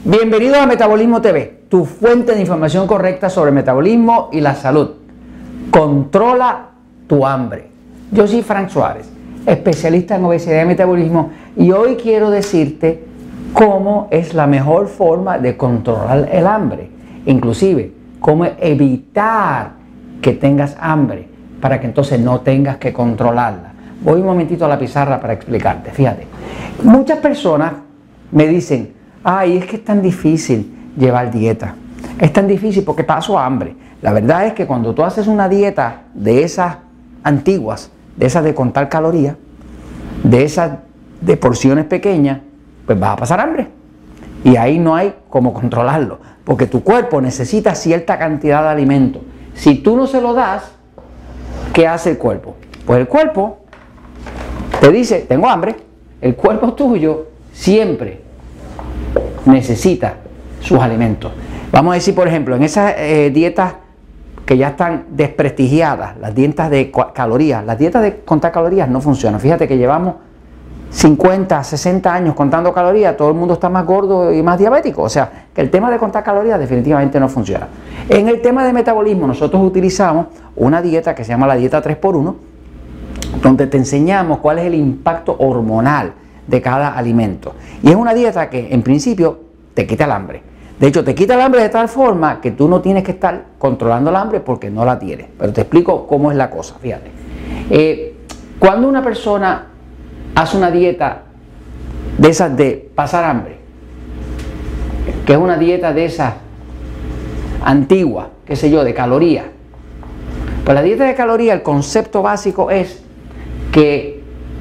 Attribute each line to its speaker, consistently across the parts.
Speaker 1: Bienvenidos a Metabolismo TV, tu fuente de información correcta sobre el metabolismo y la salud. Controla tu hambre. Yo soy Frank Suárez, especialista en obesidad y metabolismo, y hoy quiero decirte cómo es la mejor forma de controlar el hambre. Inclusive, cómo evitar que tengas hambre para que entonces no tengas que controlarla. Voy un momentito a la pizarra para explicarte. Fíjate, muchas personas me dicen: ay, es que es tan difícil llevar dieta. Es tan difícil porque paso hambre. La verdad es que cuando tú haces una dieta de esas antiguas, de esas de contar calorías, de esas de porciones pequeñas, pues vas a pasar hambre. Y ahí no hay cómo controlarlo, porque tu cuerpo necesita cierta cantidad de alimento. Si tú no se lo das, ¿qué hace el cuerpo? Pues el cuerpo te dice: tengo hambre. El cuerpo tuyo siempre necesita sus alimentos. Vamos a decir, por ejemplo, en esas dietas que ya están desprestigiadas, las dietas de calorías, las dietas de contar calorías no funcionan. Fíjate que llevamos 50, 60 años contando calorías, todo el mundo está más gordo y más diabético. O sea, que el tema de contar calorías definitivamente no funciona. En el tema de metabolismo, nosotros utilizamos una dieta que se llama la dieta 3x1, donde te enseñamos cuál es el impacto hormonal de cada alimento. Y es una dieta que en principio te quita el hambre. De hecho, te quita el hambre de tal forma que tú no tienes que estar controlando el hambre porque no la tienes. Pero te explico cómo es la cosa, fíjate. Cuando una persona hace una dieta de esas de pasar hambre, que es una dieta de esas antiguas, qué sé yo, de calorías, pues la dieta de calorías, el concepto básico es que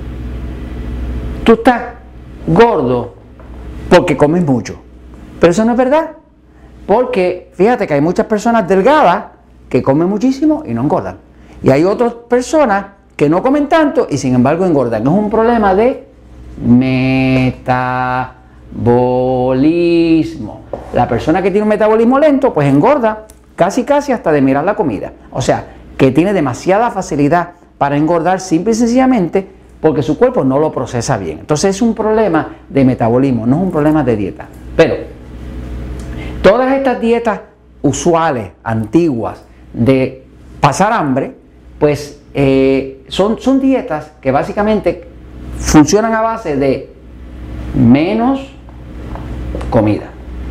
Speaker 1: tú estás gordo porque comes mucho. Pero eso no es verdad. Porque fíjate que hay muchas personas delgadas que comen muchísimo y no engordan. Y hay otras personas que no comen tanto y sin embargo engordan. Es un problema de metabolismo. La persona que tiene un metabolismo lento pues engorda casi hasta de mirar la comida. O sea, que tiene demasiada facilidad para engordar simple y sencillamente porque su cuerpo no lo procesa bien. Entonces es un problema de metabolismo, no es un problema de dieta. Pero todas estas dietas usuales, antiguas, de pasar hambre, pues son dietas que básicamente funcionan a base de menos comida.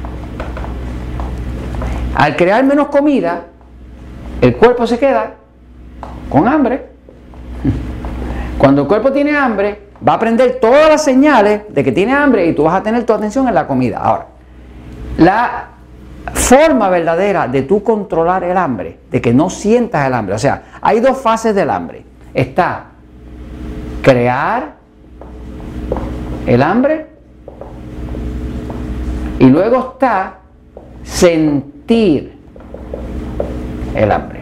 Speaker 1: Al crear menos comida, el cuerpo se queda con hambre. Cuando el cuerpo tiene hambre, va a aprender todas las señales de que tiene hambre y tú vas a tener tu atención en la comida. Ahora, la forma verdadera de tú controlar el hambre, de que no sientas el hambre, o sea, hay dos fases del hambre. Está crear el hambre y luego está sentir el hambre.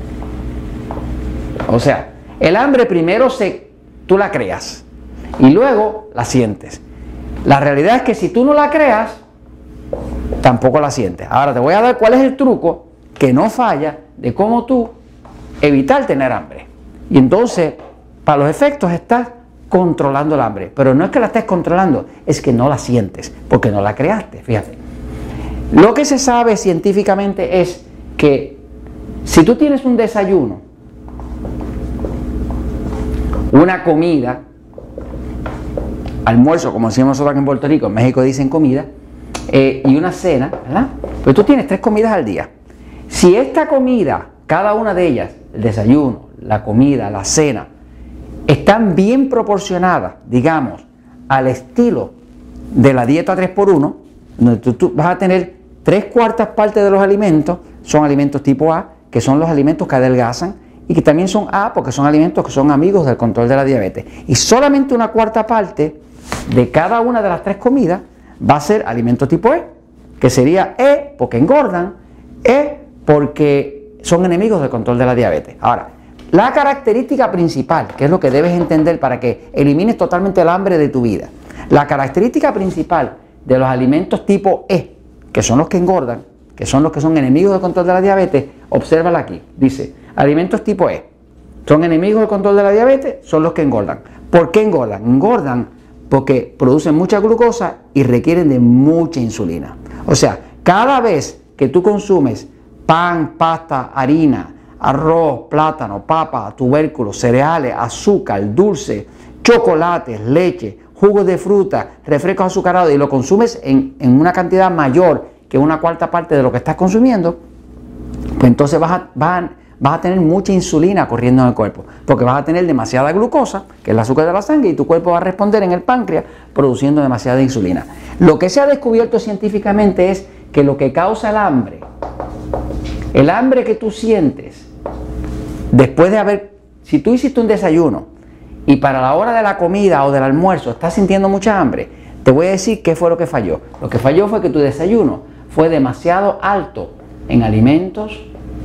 Speaker 1: O sea, el hambre primero tú la creas y luego la sientes. La realidad es que si tú no la creas, tampoco la sientes. Ahora te voy a dar cuál es el truco que no falla de cómo tú evitar tener hambre. Y entonces, para los efectos, estás controlando el hambre. Pero no es que la estés controlando, es que no la sientes, porque no la creaste. Fíjate. Lo que se sabe científicamente es que si tú tienes un desayuno, una comida, almuerzo, como decimos nosotros aquí en Puerto Rico, en México dicen comida, y una cena, ¿verdad? Pues tú tienes 3 comidas al día. Si esta comida, cada una de ellas, el desayuno, la comida, la cena, están bien proporcionadas, digamos, al estilo de la dieta 3x1, donde tú vas a tener 3/4 partes de los alimentos, son alimentos tipo A, que son los alimentos que adelgazan, y que también son A porque son alimentos que son amigos del control de la diabetes. Y solamente 1/4 parte de cada una de las 3 comidas va a ser alimento tipo E, que sería E porque engordan, E porque son enemigos del control de la diabetes. Ahora, la característica principal, que es lo que debes entender para que elimines totalmente el hambre de tu vida, la característica principal de los alimentos tipo E, que son los que engordan, que son los que son enemigos del control de la diabetes, obsérvala aquí, dice: alimentos tipo E son enemigos del control de la diabetes, son los que engordan. ¿Por qué engordan? Engordan porque producen mucha glucosa y requieren de mucha insulina. O sea, cada vez que tú consumes pan, pasta, harina, arroz, plátano, papa, tubérculos, cereales, azúcar, dulce, chocolates, leche, jugos de fruta, refrescos azucarados y lo consumes en una cantidad mayor que una cuarta parte de lo que estás consumiendo, pues entonces vas a tener mucha insulina corriendo en el cuerpo, porque vas a tener demasiada glucosa, que es el azúcar de la sangre, y tu cuerpo va a responder en el páncreas produciendo demasiada insulina. Lo que se ha descubierto científicamente es que lo que causa el hambre que tú sientes después de si tú hiciste un desayuno y para la hora de la comida o del almuerzo estás sintiendo mucha hambre, te voy a decir qué fue lo que falló. Lo que falló fue que tu desayuno fue demasiado alto en alimentos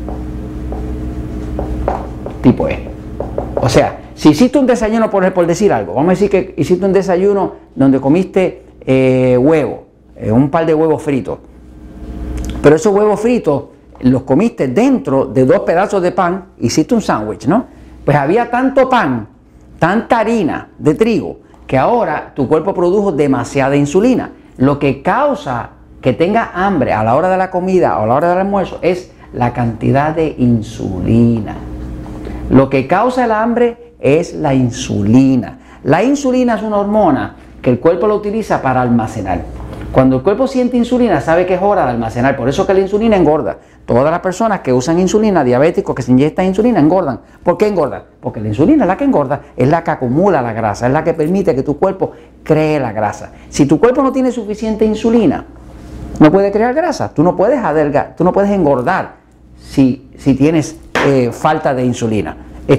Speaker 1: tipo E. O sea, si hiciste un desayuno, por decir algo, vamos a decir que hiciste un desayuno donde comiste huevo, un par de huevos fritos, pero esos huevos fritos los comiste dentro de 2 pedazos de pan, hiciste un sándwich, ¿no? Pues había tanto pan, tanta harina de trigo, que ahora tu cuerpo produjo demasiada insulina. Lo que causa que tengas hambre a la hora de la comida o a la hora del almuerzo es la cantidad de insulina. Lo que causa el hambre es la insulina. La insulina es una hormona que el cuerpo lo utiliza para almacenar. Cuando el cuerpo siente insulina, sabe que es hora de almacenar. Por eso que la insulina engorda. Todas las personas que usan insulina, diabéticos que se inyectan insulina, engordan. ¿Por qué engordan? Porque la insulina es la que engorda, es la que acumula la grasa, es la que permite que tu cuerpo cree la grasa. Si tu cuerpo no tiene suficiente insulina, no puede crear grasa. Tú no puedes engordar si tienes falta de insulina.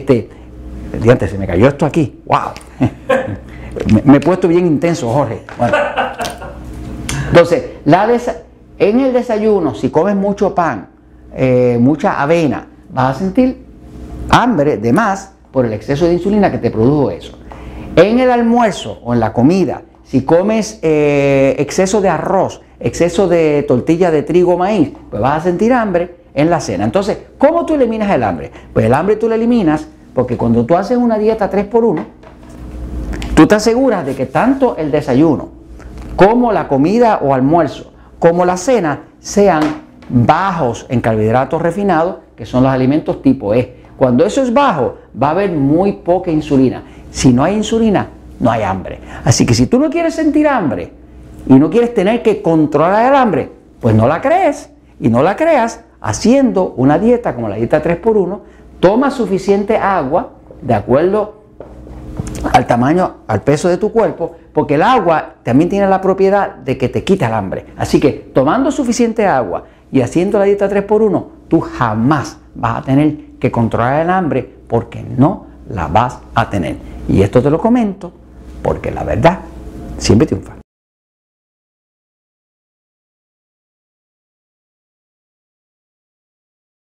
Speaker 1: Se me cayó esto aquí. ¡Wow! me he puesto bien intenso, Jorge. Bueno. Entonces, en el desayuno, si comes mucho pan, mucha avena, vas a sentir hambre de más por el exceso de insulina que te produjo eso. En el almuerzo o en la comida, si comes exceso de arroz, exceso de tortilla de trigo o maíz, pues vas a sentir hambre en la cena. Entonces, ¿cómo tú eliminas el hambre? Pues el hambre tú lo eliminas porque cuando tú haces una dieta 3x1, tú te aseguras de que tanto el desayuno como la comida o almuerzo, como la cena, sean bajos en carbohidratos refinados, que son los alimentos tipo E. Cuando eso es bajo, va a haber muy poca insulina. Si no hay insulina, no hay hambre. Así que si tú no quieres sentir hambre y no quieres tener que controlar el hambre, pues no la crees y no la creas haciendo una dieta como la dieta 3x1. Toma suficiente agua de acuerdo al tamaño, al peso de tu cuerpo, porque el agua también tiene la propiedad de que te quita el hambre. Así que tomando suficiente agua y haciendo la dieta 3x1, tú jamás vas a tener que controlar el hambre porque no la vas a tener. Y esto te lo comento porque la verdad siempre triunfa.